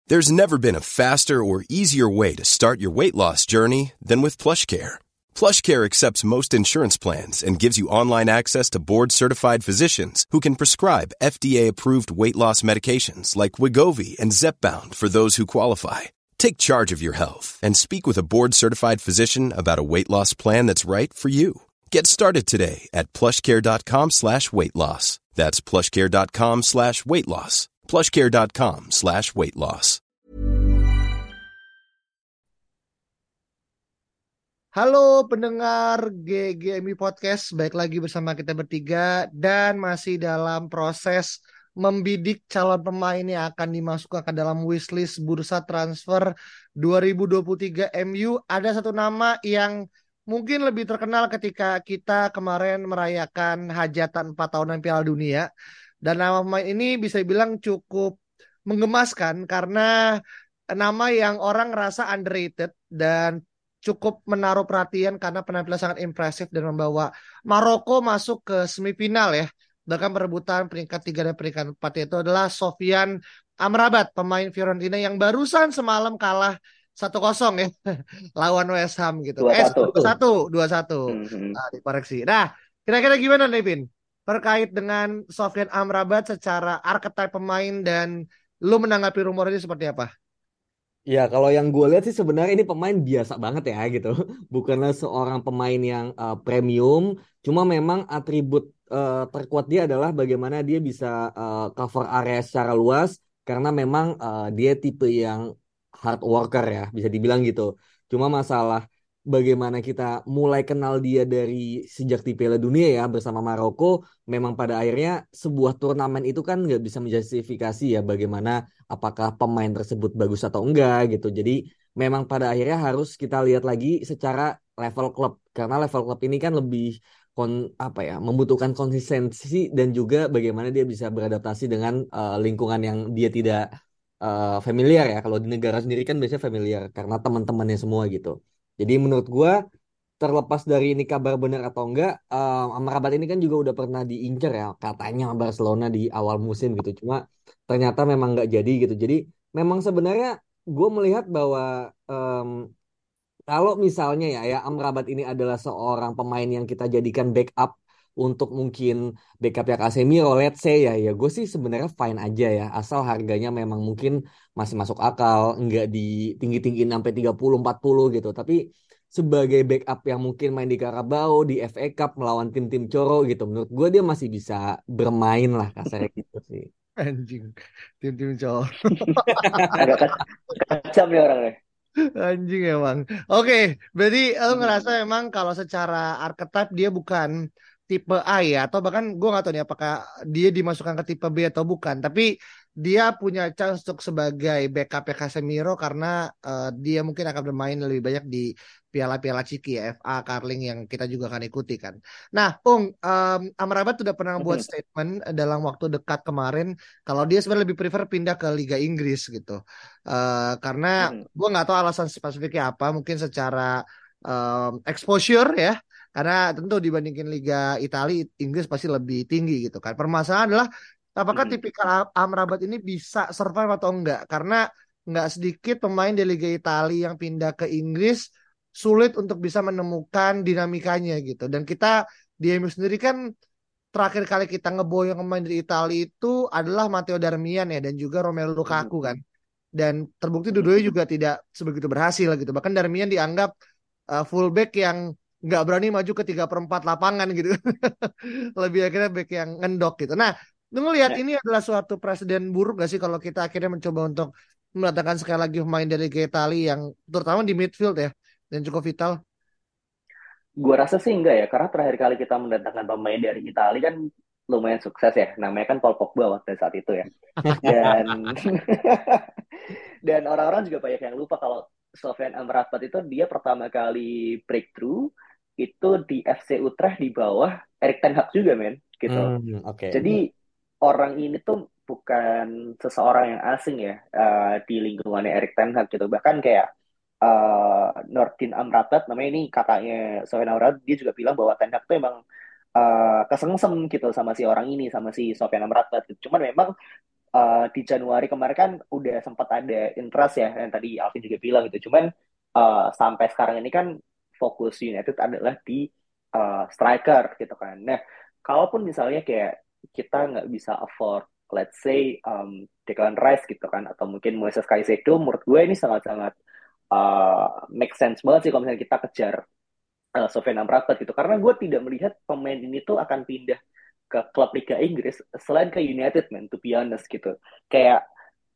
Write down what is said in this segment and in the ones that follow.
There's never been a faster or easier way to start your weight loss journey than with PlushCare. PlushCare accepts most insurance plans and gives you online access to board-certified physicians who can prescribe FDA-approved weight loss medications like Wegovy and Zepbound for those who qualify. Take charge of your health and speak with a board-certified physician about a weight loss plan that's right for you. Get started today at plushcare.com/weightloss. That's plushcare.com/weightloss. plushcare.com/weightloss. Halo pendengar GGMI Podcast, baik lagi bersama kita bertiga dan masih dalam proses membidik calon pemain yang akan dimasukkan ke dalam wishlist bursa transfer 2023 MU. Ada satu nama yang mungkin lebih terkenal ketika kita kemarin merayakan hajatan 4 tahunan Piala Dunia. Dan nama pemain ini bisa dibilang cukup menggemaskan karena nama yang orang rasa underrated dan cukup menaruh perhatian karena penampilan sangat impresif dan membawa Maroko masuk ke semifinal ya. Bahkan perebutan peringkat 3 dan peringkat 4 itu adalah Sofyan Amrabat, pemain Fiorentina yang barusan semalam kalah 1-0 ya lawan West Ham gitu. 2-1. Dikoreksi. Nah, kira-kira gimana nih Vin? Terkait dengan Sofyan Amrabat secara archetype pemain dan lu menanggapi rumor ini seperti apa? Ya, kalau yang gue lihat sih sebenarnya ini pemain biasa banget ya gitu. Bukanlah seorang pemain yang premium, cuma memang atribut terkuat dia adalah bagaimana dia bisa cover area secara luas karena memang dia tipe yang hard worker ya, bisa dibilang gitu. Cuma masalah bagaimana kita mulai kenal dia dari sejak di Piala Dunia ya bersama Maroko, memang pada akhirnya sebuah turnamen itu kan nggak bisa menjustifikasi ya bagaimana apakah pemain tersebut bagus atau enggak gitu. Jadi memang pada akhirnya harus kita lihat lagi secara level klub karena level klub ini kan lebih membutuhkan konsistensi dan juga bagaimana dia bisa beradaptasi dengan lingkungan yang dia tidak familiar ya. Kalau di negara sendiri kan biasanya familiar karena teman-temannya semua gitu. Jadi menurut gua terlepas dari ini kabar benar atau enggak, Amrabat ini kan juga udah pernah diincar ya katanya sama Barcelona di awal musim gitu. Cuma ternyata memang nggak jadi gitu. Jadi memang sebenarnya gue melihat bahwa kalau misalnya ya Amrabat ini adalah seorang pemain yang kita jadikan backup untuk mungkin backup ya Casemiro, let's say ya gue sih sebenarnya fine aja ya, asal harganya memang mungkin masih masuk akal, nggak di tinggi-tinggiin sampai 30-40 gitu. Tapi sebagai backup yang mungkin main di Carabao, di FA Cup melawan tim-tim coro gitu, menurut gue dia masih bisa bermain lah kasarnya gitu sih. Anjing, tim-tim cowok. Agak kacam ya orangnya. Anjing emang. Oke, berarti lo ngerasa emang kalau secara archetype dia bukan tipe A ya, atau bahkan gue nggak tahu nih apakah dia dimasukkan ke tipe B atau bukan. Tapi dia punya chance untuk sebagai backup Casemiro karena dia mungkin akan bermain lebih banyak di piala-piala Ciki ya, FA, Carling yang kita juga akan ikuti kan. Nah, Amrabat sudah pernah buat statement dalam waktu dekat kemarin kalau dia sebenarnya lebih prefer pindah ke Liga Inggris gitu. Karena gue nggak tahu alasan spesifiknya apa, mungkin secara exposure ya, karena tentu dibandingin Liga Italia, Inggris pasti lebih tinggi gitu kan. Permasalahan adalah apakah tipikal Amrabat ini bisa survive atau enggak, karena nggak sedikit pemain di Liga Italia yang pindah ke Inggris sulit untuk bisa menemukan dinamikanya gitu. Dan kita di MU sendiri kan terakhir kali kita ngeboyong pemain dari Italia itu adalah Matteo Darmian ya, dan juga Romelu Lukaku kan. Dan terbukti dua-duanya juga tidak sebegitu berhasil gitu. Bahkan Darmian dianggap fullback yang nggak berani maju ke 3/4 lapangan gitu. Lebih akhirnya back yang ngendok gitu. Nah, lu ngelihat ini adalah suatu presiden buruk gak sih kalau kita akhirnya mencoba untuk mendatangkan sekali lagi pemain dari Italia yang terutama di midfield ya, dan cukup vital? Gue rasa sih enggak ya, karena terakhir kali kita mendatangkan pemain dari Italia kan lumayan sukses ya. Namanya kan Paul Pogba waktu saat itu ya. Dan dan orang-orang juga banyak yang lupa kalau Sofyan Amrabat itu dia pertama kali breakthrough itu di FC Utrecht di bawah Erik ten Hag juga men gitu. Okay. Jadi orang ini tuh bukan seseorang yang asing ya di lingkungannya Erik ten Hag gitu. Bahkan kayak Nordin Amrabat, namanya ini kakaknya Sofyan Amrabat, dia juga bilang bahwa ten Hag tuh emang kesengsem gitu sama si orang ini, sama si Sofyan Amrabat gitu. Cuman memang di Januari kemarin kan udah sempat ada interest ya yang tadi Alvin juga bilang gitu. Cuman sampai sekarang ini kan fokus United adalah di striker gitu kan. Nah, kalaupun misalnya kayak kita nggak bisa afford, let's say Declan Rice gitu kan, atau mungkin Moises Caicedo, menurut gue ini sangat-sangat make sense banget sih kalau misalnya kita kejar Sofyan Amrabat gitu. Karena gue tidak melihat pemain ini tuh akan pindah ke klub Liga Inggris selain ke United, man, to be honest gitu. Kayak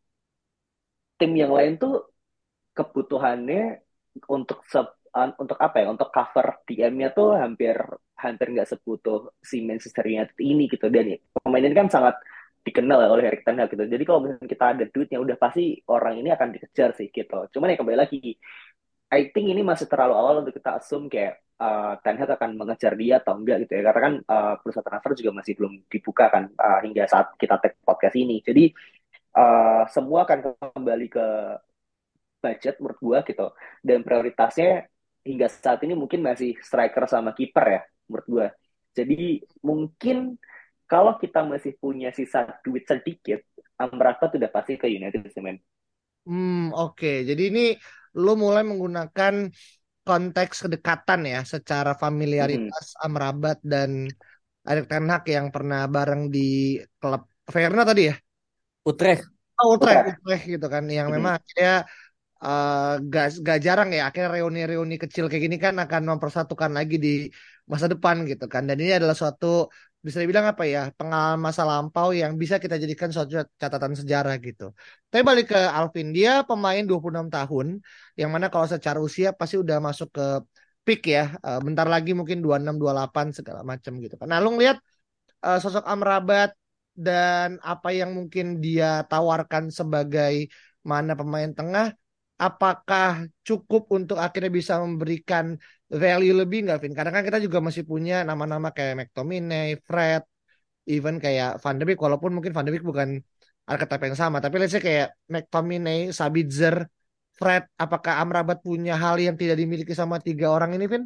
tim yang lain tuh kebutuhannya untuk untuk apa ya, untuk cover DM-nya tuh hampir hampir nggak sebutuh si Manchester United ini gitu. Dan ya, pemain ini kan sangat dikenal ya oleh Erik Ten Hag gitu. Jadi kalau misalnya kita ada duitnya udah pasti orang ini akan dikejar sih gitu. Cuman ya kembali lagi, I think ini masih terlalu awal untuk kita assume kayak Ten Hag akan mengejar dia atau enggak gitu ya. Karena kan bursa transfer juga masih belum dibuka kan hingga saat kita take podcast ini. Jadi semua akan kembali ke budget menurut gua gitu. Dan prioritasnya hingga saat ini mungkin masih striker sama kiper ya menurut gua. Jadi mungkin kalau kita masih punya sisa duit sedikit, Amrabat udah pasti ke United sih, men. Oke. Jadi ini lu mulai menggunakan konteks kedekatan ya, secara Mm-mm. familiaritas Amrabat dan Erik Ten Hag yang pernah bareng di klub Verna tadi ya. Utrecht. Oh, Utrecht, Utrecht. Utrecht gitu kan, yang memang Mm-mm. akhirnya gak jarang ya akhirnya reuni-reuni kecil kayak gini kan akan mempersatukan lagi di masa depan gitu kan, dan ini adalah suatu bisa dibilang apa ya, pengalaman masa lampau yang bisa kita jadikan suatu catatan sejarah gitu. Tapi balik ke Alvin, dia pemain 26 tahun yang mana kalau secara usia pasti udah masuk ke peak ya. Bentar lagi mungkin 26 28 segala macam gitu kan. Nah, lu ngeliat sosok Amrabat dan apa yang mungkin dia tawarkan sebagai mana pemain tengah, apakah cukup untuk akhirnya bisa memberikan value lebih nggak, Vin? Karena kan kita juga masih punya nama-nama kayak McTominay, Fred, even kayak Van de Beek, walaupun mungkin Van de Beek bukan archetype yang sama, tapi let's say kayak McTominay, Sabitzer, Fred, apakah Amrabat punya hal yang tidak dimiliki sama tiga orang ini, Vin?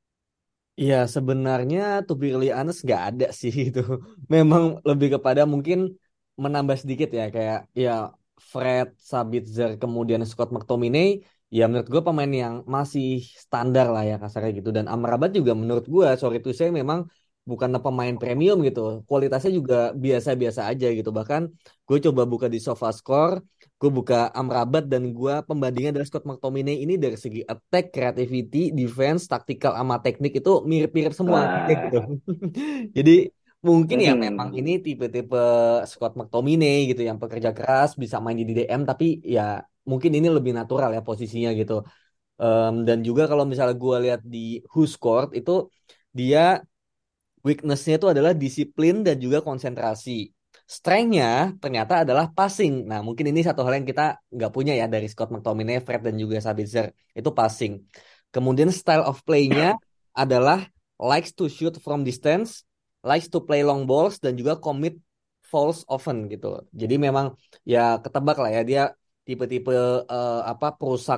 Iya, sebenarnya to be really honest nggak ada sih itu. Memang lebih kepada mungkin menambah sedikit ya kayak ya Fred, Sabitzer, kemudian Scott McTominay. Ya menurut gue pemain yang masih standar lah ya kasarnya gitu. Dan Amrabat juga menurut gue sorry to say memang bukan pemain premium gitu. Kualitasnya juga biasa-biasa aja gitu. Bahkan gue coba buka di SofaScore, gue buka Amrabat dan gue pembandingnya adalah Scott McTominay ini dari segi attack, creativity, defense, taktikal sama teknik itu mirip-mirip semua gitu. Nah, Jadi mungkin ya memang mm-mm. ini tipe-tipe Scott McTominay gitu yang pekerja keras bisa main di DM tapi ya mungkin ini lebih natural ya posisinya gitu. Dan juga kalau misalnya gue lihat di Who Scored itu dia weakness-nya itu adalah disiplin dan juga konsentrasi. Strength-nya ternyata adalah passing. Nah, mungkin ini satu hal yang kita nggak punya ya dari Scott McTominay, Fred, dan juga Sabitzer. Itu passing. Kemudian style of play-nya adalah likes to shoot from distance, likes to play long balls, dan juga commit fouls often gitu. Jadi memang ya ketebak lah ya dia tipe-tipe apa perusak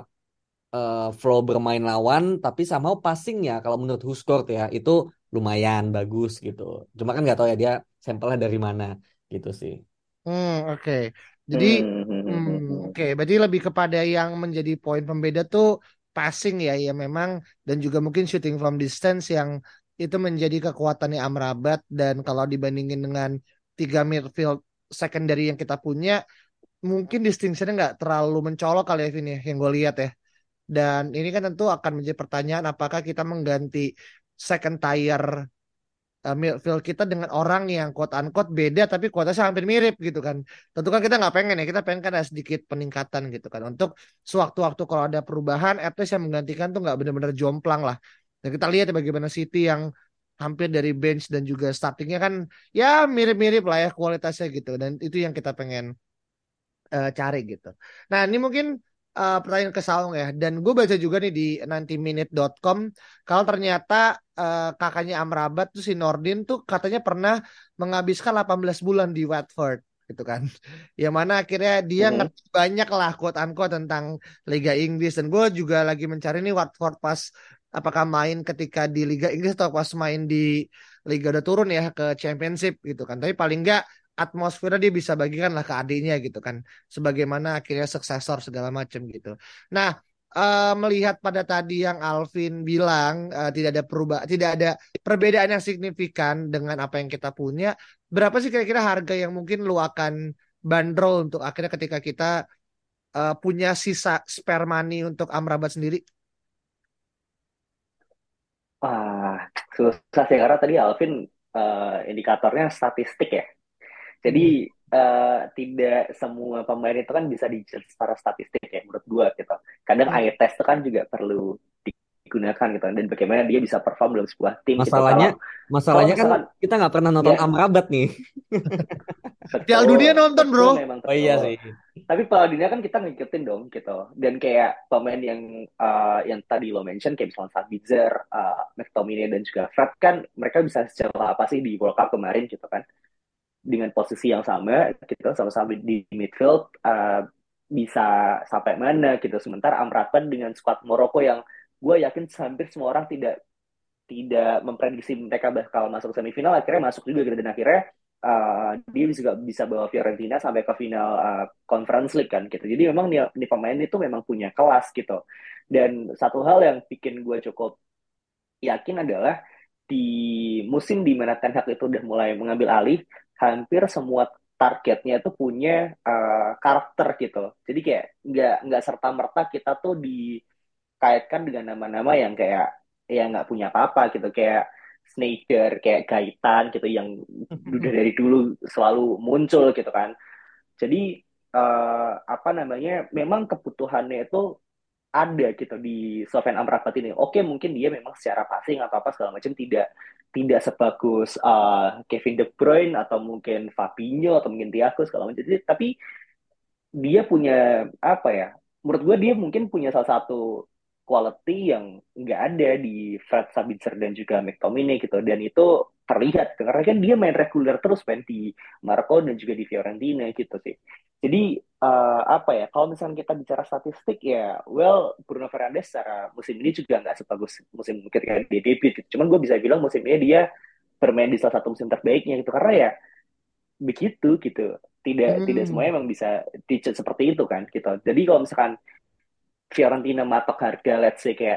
flow bermain lawan tapi somehow passingnya kalau menurut Huskort ya itu lumayan bagus gitu. Cuma kan nggak tahu ya dia sampelnya dari mana gitu sih. Oke. Jadi, Hmm. oke. Berarti lebih kepada yang menjadi poin pembeda tuh passing ya, ya memang, dan juga mungkin shooting from distance yang itu menjadi kekuatannya Amrabat, dan kalau dibandingin dengan tiga midfield secondary yang kita punya, mungkin distinction nggak terlalu mencolok kali ya, Vin ya, yang gue lihat ya. Dan ini kan tentu akan menjadi pertanyaan apakah kita mengganti second tier midfield kita dengan orang yang quote unquote beda tapi kualitasnya hampir mirip gitu kan. Tentu kan kita nggak pengen ya, kita pengen kan ada sedikit peningkatan gitu kan. Untuk sewaktu-waktu kalau ada perubahan, at least yang menggantikan tuh nggak benar-benar jomplang lah. Dan kita lihat ya bagaimana City yang hampir dari bench dan juga startingnya kan ya mirip-mirip lah ya kualitasnya gitu. Dan itu yang kita pengen cari gitu. Nah, ini mungkin pertanyaan ke Saung ya. Dan gue baca juga nih di 90minute.com kalau ternyata kakaknya Amrabat tuh si Nordin tuh katanya pernah menghabiskan 18 bulan di Watford gitu kan. Yang mana akhirnya dia Mhm. ngerti banyak lah quote unquote tentang Liga Inggris, dan gue juga lagi mencari nih Watford pas apakah main ketika di Liga Inggris atau pas main di Liga udah turun ya ke Championship gitu kan. Tapi paling enggak atmosfernya dia bisa bagikan lah ke adiknya gitu kan, sebagaimana akhirnya suksesor segala macam gitu. Nah, melihat pada tadi yang Alvin bilang, tidak ada perbedaan yang signifikan dengan apa yang kita punya. Berapa sih kira-kira harga yang mungkin lu akan bandrol untuk akhirnya ketika kita punya sisa spare money untuk Amrabat sendiri? Wah, susah sih karena tadi Alvin indikatornya statistik ya. Jadi Hmm. tidak semua pemain itu kan bisa dijudge secara statistik ya menurut gua gitu. Kadang Hmm. eye test itu kan juga perlu digunakan gitu dan bagaimana dia bisa perform dalam sebuah tim gitu. Masalahnya, Kalau kalau masalahnya kan misalkan kita nggak pernah nonton ya Amrabat nih. Piala Dunia betul, nonton bro. betul memang Oh iya betul. sih. Tapi Piala Dunia kan kita ngikutin dong gitu. Dan kayak pemain yang tadi lo mention kayak misalnya Sabitzer, McTominay dan juga Fred kan mereka bisa secara apa sih di World Cup kemarin gitu kan dengan posisi yang sama gitu sama-sama di midfield bisa sampai mana gitu. Sementara Amrabat dengan skuad Maroko yang gue yakin hampir semua orang tidak tidak memprediksi mereka bakal masuk semifinal akhirnya masuk juga gitu dan akhirnya dia juga bisa bawa Fiorentina sampai ke final Conference League kan gitu jadi memang nih pemain itu memang punya kelas gitu dan satu hal yang bikin gue cukup yakin adalah di musim di mana Ten Hag itu udah mulai mengambil alih hampir semua targetnya itu punya karakter gitu jadi kayak nggak serta merta kita tuh kaitkan dengan nama-nama yang kayak yang nggak punya apa-apa gitu kayak Sneijder, kayak Gaetan gitu yang udah dari dulu selalu muncul gitu kan. Jadi apa namanya memang kebutuhannya itu ada gitu di Sofyan Amrabat ini. Oke, mungkin dia memang secara passing atau apa segala macam tidak tidak sebagus Kevin De Bruyne atau mungkin Fabinho atau mungkin Thiago segala macam. Tapi dia punya apa ya? Menurut gue dia mungkin punya salah satu quality yang nggak ada di Fred Sabitzer dan juga McTominay gitu. Dan itu terlihat karena kan dia main reguler terus main di Marco dan juga di Fiorentina gitu sih. Jadi apa ya? Kalau misalnya kita bicara statistik ya, well Bruno Fernandes secara musim ini juga nggak sebagus musim ketika dia debut. Gitu. Cuman gue bisa bilang musim ini dia bermain di salah satu musim terbaiknya gitu karena ya begitu gitu tidak Hmm. semuanya emang bisa dicet seperti itu kan gitu jadi kalau misalkan Fiorentina matok harga let's say kayak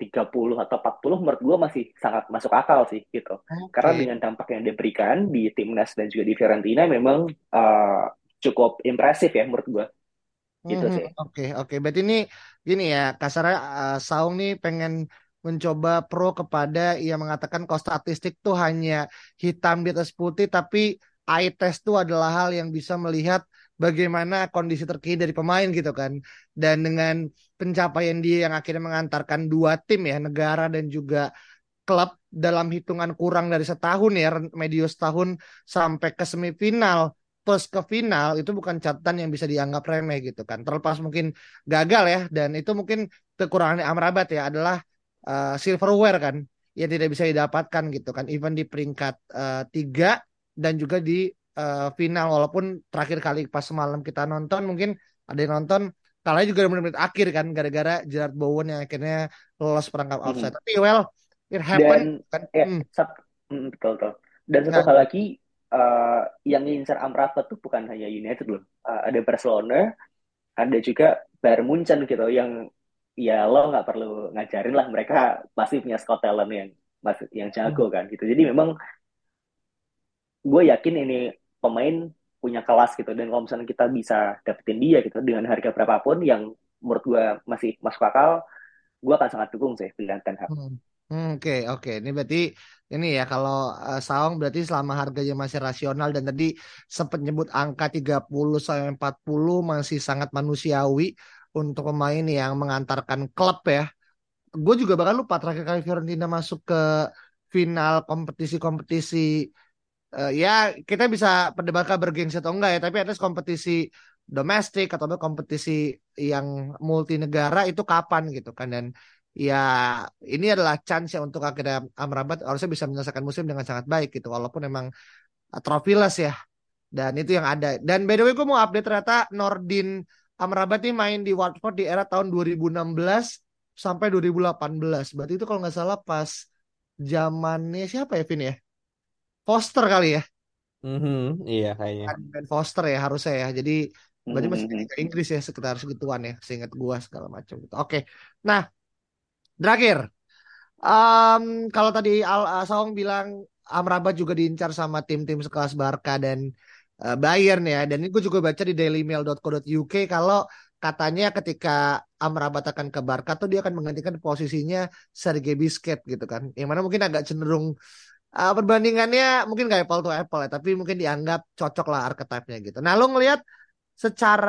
30 atau 40 menurut gue masih sangat masuk akal sih gitu karena Oke. dengan dampak yang diberikan di timnas dan juga di Fiorentina memang uh, cukup impresif ya menurut gue gitu Mhm. sih. Oke, oke. Berarti ini gini ya, kasarnya Saung nih pengen mencoba pro kepada yang mengatakan kalau statistik tuh hanya hitam di atas putih, tapi eye test tuh adalah hal yang bisa melihat bagaimana kondisi terkini dari pemain gitu kan. Dan dengan pencapaian dia yang akhirnya mengantarkan dua tim ya, negara dan juga klub dalam hitungan kurang dari setahun ya, medio setahun sampai ke semifinal plus ke final itu bukan catatan yang bisa dianggap remeh gitu kan. Terlepas mungkin gagal ya dan itu mungkin kekurangan Amrabat ya adalah silverware kan yang tidak bisa didapatkan gitu kan. Even di peringkat 3 dan juga di final walaupun terakhir kali pas semalam kita nonton mungkin ada yang nonton kalahnya juga di menit-menit akhir kan gara-gara Gerard Bowen yang akhirnya lolos perangkap offside. Mhm. Tapi well it happen Dan kan. ya Hmm. betul betul dan satu Nah, hal lagi yang ngincar Amrabat tuh bukan hanya United loh. Ada Barcelona ada juga Bayern Munchen gitu yang ya lo nggak perlu ngajarin lah mereka pasti punya Scott talent yang hmm. jago kan gitu jadi memang gue yakin ini pemain punya kelas gitu dan kalau misalnya kita bisa dapetin dia gitu dengan harga berapapun yang menurut gue masih masuk akal gue akan sangat dukung sih pilihan Ten Hag. Hmm. Oke, oke. Ini berarti ini ya kalau Saung berarti selama harganya masih rasional dan tadi sempat nyebut angka 30 sampai 40 masih sangat manusiawi untuk pemain yang mengantarkan klub ya. Gue juga bahkan lupa terakhir kali Fiorentina masuk ke final kompetisi-kompetisi ya kita bisa perdebatkan bergengsi atau enggak ya, tapi ada kompetisi domestik atau kompetisi yang multinegara itu kapan gitu kan dan ya ini adalah chance ya untuk akhirnya Amrabat harusnya bisa menyelesaikan musim dengan sangat baik gitu walaupun memang trophyless ya dan itu yang ada dan by the way gue mau update ternyata Nordin Amrabat ini main di Watford di era tahun 2016 sampai 2018 berarti itu kalau nggak salah pas zamannya siapa ya Vin ya Foster kali ya. Iya kayaknya. Kan Ben Foster ya harusnya ya. Jadi berarti masih Mhm. Liga Inggris ya sekitar segituan ya, seingat gua segala macam gitu. Oke. Nah, terakhir. Kalau tadi Saung bilang Amrabat juga diincar sama tim-tim sekelas Barca dan Bayern ya. Dan ini gue juga baca di dailymail.co.uk kalau katanya ketika Amrabat akan ke Barca tuh dia akan menggantikan posisinya Sergei Busquets gitu kan. Yang mana mungkin agak cenderung perbandingannya mungkin gak apple to apple ya, tapi mungkin dianggap cocok lah archetype-nya gitu. Nah, lo ngelihat secara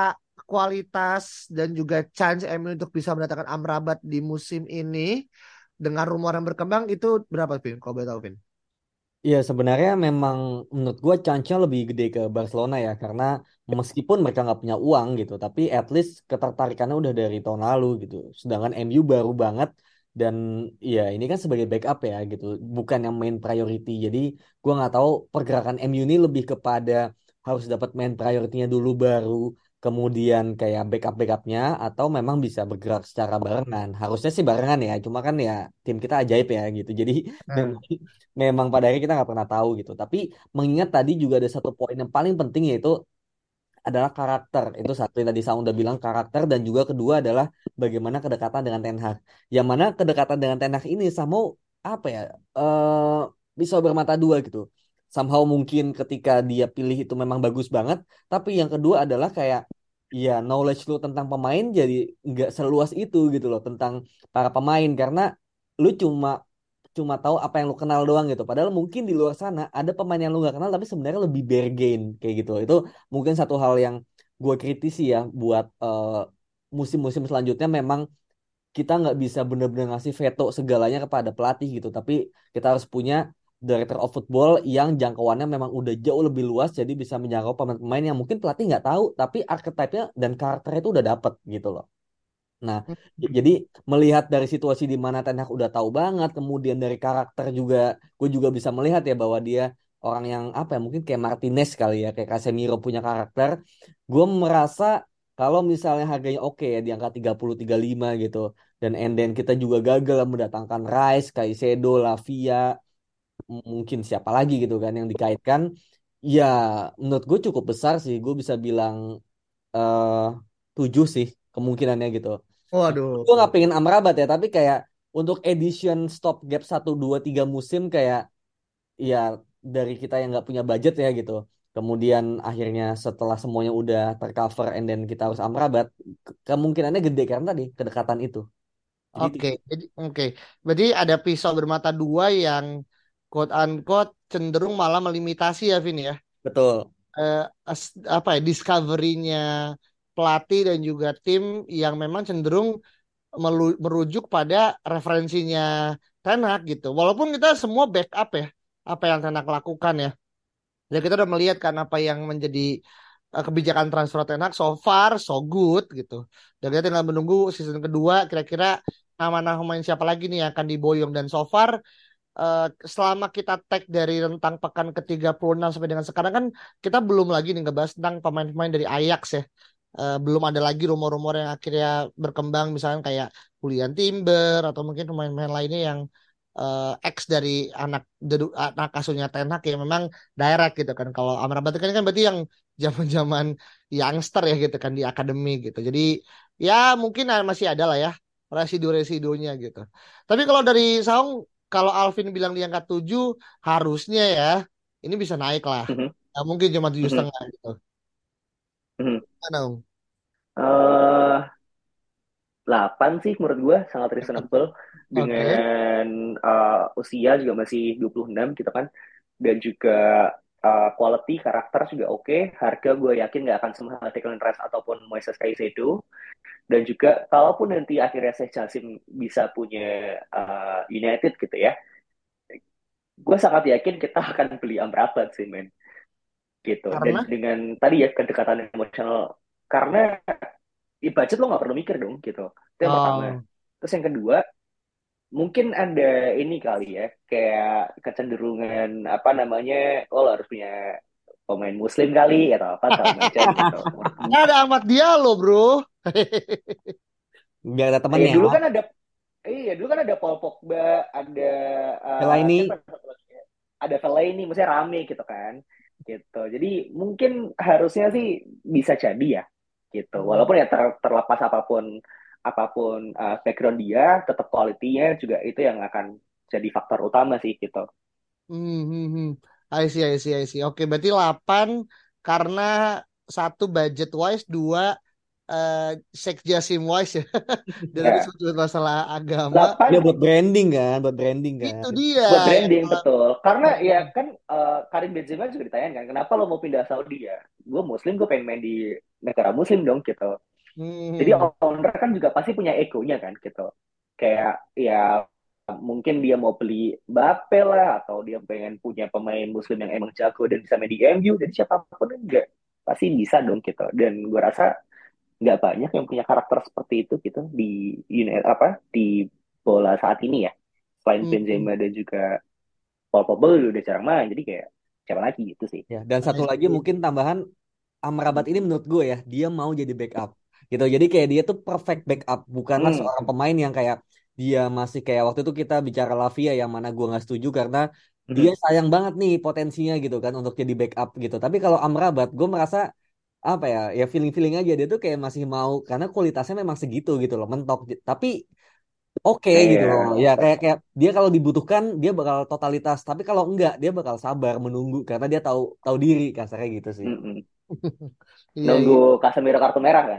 kualitas dan juga chance MU untuk bisa mendatangkan Amrabat di musim ini dengan rumor yang berkembang itu berapa, Vin? Kalau boleh tahu, Vin? Iya sebenarnya memang menurut gue chance-nya lebih gede ke Barcelona ya karena meskipun mereka nggak punya uang gitu tapi at least ketertarikannya udah dari tahun lalu gitu. Sedangkan MU baru banget dan ya ini kan sebagai backup ya gitu bukan yang main priority. Jadi gue nggak tahu pergerakan MU ini lebih kepada harus dapat main priority-nya dulu baru kemudian kayak backupnya atau memang bisa bergerak secara barengan. Harusnya sih barengan ya cuma kan ya tim kita ajaib ya gitu. Jadi Nah, memang pada akhirnya kita nggak pernah tahu gitu. Tapi mengingat tadi juga ada satu poin yang paling penting yaitu adalah karakter. Itu satu yang tadi saya udah bilang karakter dan juga kedua adalah bagaimana kedekatan dengan Ten Hag. Yang mana kedekatan dengan Ten Hag ini sama apa ya eh bisa bermata dua gitu. Somehow mungkin ketika dia pilih itu memang bagus banget, tapi yang kedua adalah kayak ya knowledge lu tentang pemain jadi nggak seluas itu gitu loh tentang para pemain karena lu cuma cuma tahu apa yang lu kenal doang gitu. Padahal mungkin di luar sana ada pemain yang lu nggak kenal tapi sebenarnya lebih bargain kayak gitu. Itu mungkin satu hal yang gue kritisi ya buat musim-musim selanjutnya memang kita nggak bisa benar-benar ngasih veto segalanya kepada pelatih gitu. Tapi kita harus punya director of football yang jangkauannya memang udah jauh lebih luas jadi bisa menjangkau pemain-pemain yang mungkin pelatih nggak tahu tapi archetype-nya dan karakternya itu udah dapet gitu loh. Nah, jadi melihat dari situasi di mana Ten Hag udah tahu banget, kemudian dari karakter juga, gue juga bisa melihat ya bahwa dia orang yang apa ya, mungkin kayak Martinez kali ya, kayak Casemiro punya karakter. Gue merasa kalau misalnya harganya oke ya di angka 30-35 gitu, dan and then kita juga gagal mendatangkan Rice, Caicedo, Lavia, mungkin siapa lagi gitu kan yang dikaitkan, ya menurut gue cukup besar sih, gue bisa bilang eh 7 sih kemungkinannya gitu. waduh. Gue nggak pengen Amrabat ya, tapi kayak untuk edition stop gap 1 2 3 musim kayak ya dari kita yang nggak punya budget ya gitu. Kemudian akhirnya setelah semuanya udah tercover and then kita harus Amrabat, kemungkinannya gede karena tadi kedekatan itu. Jadi Oke, jadi oke. Berarti ada pisau bermata dua yang quote unquote cenderung malah melimitasi ya, Vin ya. betul. Apa ya discovery-nya pelatih dan juga tim yang memang cenderung merujuk pada referensinya Ten Hag gitu. Walaupun kita semua backup ya apa yang Ten Hag lakukan ya. Ya kita udah melihat kan apa yang menjadi kebijakan transfer Ten Hag so far so good gitu. Dan kita tinggal menunggu season kedua kira-kira nama-nama pemain siapa lagi nih yang akan diboyong dan so far selama kita tag dari rentang pekan ke 36 sampai dengan sekarang kan kita belum lagi nih ngebahas tentang pemain-pemain dari Ajax ya. Belum ada lagi rumor-rumor yang akhirnya berkembang misalnya kayak Julian Timber atau mungkin pemain-pemain lainnya yang ex dari anak asuhnya Ten Hag yang memang direct gitu kan. Kalau Amrabat kan berarti yang zaman-zaman youngster ya gitu kan di akademi gitu. Jadi ya mungkin masih ada lah ya residu-residunya gitu. Tapi kalau dari Saung kalau Alvin bilang di angka 7 harusnya ya ini bisa naik lah. Mhm. Nggak mungkin cuma tujuh Mhm. setengah gitu. Mhm. Mana, Ung? Eh, 8 sih menurut gue sangat reasonable Oke. dengan usia juga masih 26 gitu kan dan juga quality karakter juga oke. Harga gue yakin nggak akan semahal Declan Rice ataupun Moises Caicedo dan juga kalaupun nanti akhirnya Sheikh Jassim bisa punya United gitu ya, gue sangat yakin kita akan beli Amrabat sih men gitu dan Karena dengan tadi ya kedekatan emosional karena di budget lo nggak perlu mikir dong gitu itu yang pertama. oh Terus yang kedua mungkin ada ini kali ya kayak kecenderungan apa namanya oh lo harus punya pemain muslim kali atau apa segala macam gitu. kan ada Ahmad Diallo, Bro. Biar ada Ya temennya. dulu kan ada iya dulu kan ada Paul Pogba ada Fellaini, siapa satu lagi ya? ada Fellaini, maksudnya rame gitu kan, gitu. Jadi mungkin harusnya sih bisa jadi ya, gitu. Hmm. Walaupun ya terlepas apapun apapun background dia, tetap quality-nya juga itu yang akan jadi faktor utama sih gitu. I see, I see. Oke, berarti 8 karena satu budget wise, dua Sheikh Jassim wise ya. Dan tadi Ya, sebut masalah agama, Ya 8 buat branding itu kan. dia buat yang branding kalau betul. Karena ya eh, kan Karim Benzema juga ditanyakan kenapa lo mau pindah Saudi ya? Gue Muslim, gue pengen main di negara Muslim dong gitu. Jadi hmm, owner kan juga pasti punya egonya kan gitu. Kayak ya mungkin dia mau beli Mbappe lah atau dia pengen punya pemain Muslim yang emang jago dan bisa main di MU. Jadi siapapun enggak pasti bisa dong gitu. Dan gue rasa nggak banyak yang punya karakter seperti itu gitu di di bola saat ini ya. Selain hmm, hmm. Benzema dan juga Paul Pogba udah jarang main. Jadi kayak siapa lagi gitu sih. Ya, dan satu I lagi see. mungkin tambahan Amrabat ini menurut gue ya, dia mau jadi backup gitu. Jadi kayak dia tuh perfect backup, bukanlah Hmm. seorang pemain yang kayak dia masih kayak waktu itu kita bicara Lavia yang mana gue nggak setuju karena dia Hmm. sayang banget nih potensinya gitu kan untuk jadi backup gitu. Tapi kalau Amrabat, gue merasa apa ya, ya feeling-feeling aja dia tuh kayak masih mau karena kualitasnya memang segitu gitu loh, mentok. Tapi oke gitu loh. Iya. Ya kayak kayak dia kalau dibutuhkan dia bakal totalitas, tapi kalau enggak dia bakal sabar menunggu karena dia tahu tahu diri kasarnya gitu sih. Mm-mm. Iya, Nunggu iya. Casemiro kartu merah kan.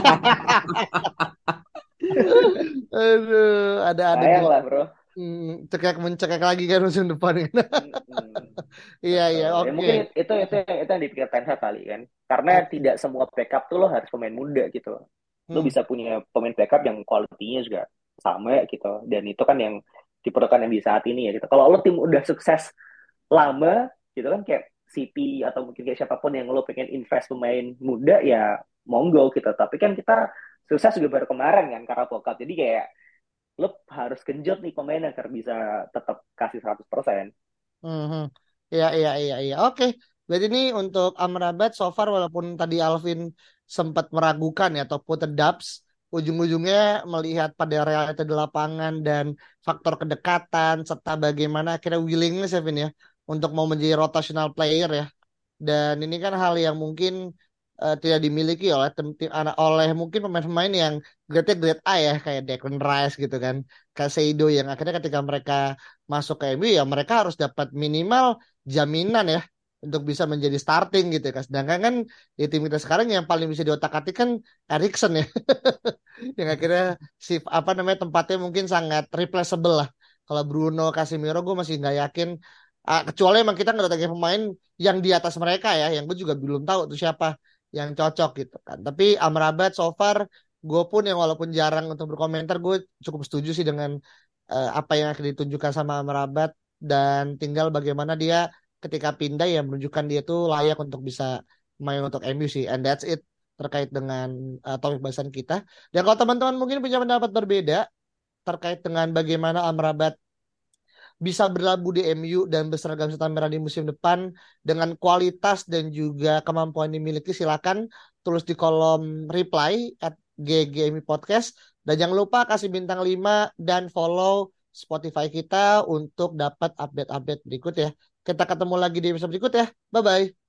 Aduh, ada Sayang adegan lah bro. cekek mencekek lagi kan musim depan kan. Mm-mm. Iya, iya, Betul. Ya oke. mungkin itu yang dipikir Ten Hag kali kan. Karena Oke. tidak semua backup tuh lo harus pemain muda gitu. Lo Hmm. bisa punya pemain backup yang kualitinya juga sama gitu. Dan itu kan yang diperlukan yang di saat ini ya gitu. Kalau lo tim udah sukses lama gitu kan kayak City atau mungkin kayak siapapun yang lo pengen invest pemain muda ya monggo gitu. Tapi kan kita sukses juga baru kemarin kan karena bokap. Jadi kayak lo harus genjot nih pemain agar bisa tetap kasih 100%. Mhm. Iya, iya, iya, iya. Oke. Berarti ini untuk Amrabat so far walaupun tadi Alvin sempat meragukan ya atau put the dubs, ujung-ujungnya melihat pada realita di lapangan dan faktor kedekatan serta bagaimana akhirnya willingness ya Vin ya untuk mau menjadi rotational player ya. Dan ini kan hal yang mungkin tidak dimiliki oleh oleh mungkin pemain-pemain yang grade A ya kayak Declan Rice gitu kan, Casado yang akhirnya ketika mereka masuk ke MU ya mereka harus dapat minimal jaminan ya untuk bisa menjadi starting gitu ya. Sedangkan kan di tim kita sekarang yang paling bisa diotak-atik kan Erikson ya, yang akhirnya si apa namanya tempatnya mungkin sangat replaceable lah. Kalau Bruno, Casemiro gue masih nggak yakin. Kecuali emang kita nggak ada pemain yang di atas mereka ya, yang gue juga belum tahu tuh siapa yang cocok gitu kan. Tapi Amrabat so far gue pun yang walaupun jarang untuk berkomentar gue cukup setuju sih dengan apa yang akan ditunjukkan sama Amrabat dan tinggal bagaimana dia ketika pindah ya menunjukkan dia tuh layak untuk bisa main untuk MU sih and that's it terkait dengan topik bahasan kita. Dan kalau teman-teman mungkin punya pendapat berbeda terkait dengan bagaimana Amrabat bisa berlabuh di MU dan berseragam setan merah di musim depan dengan kualitas dan juga kemampuan yang dimiliki silakan tulis di kolom reply at GGMI Podcast dan jangan lupa kasih bintang 5 dan follow Spotify kita untuk dapat update-update berikut ya. Kita ketemu lagi di episode berikut ya. Bye bye.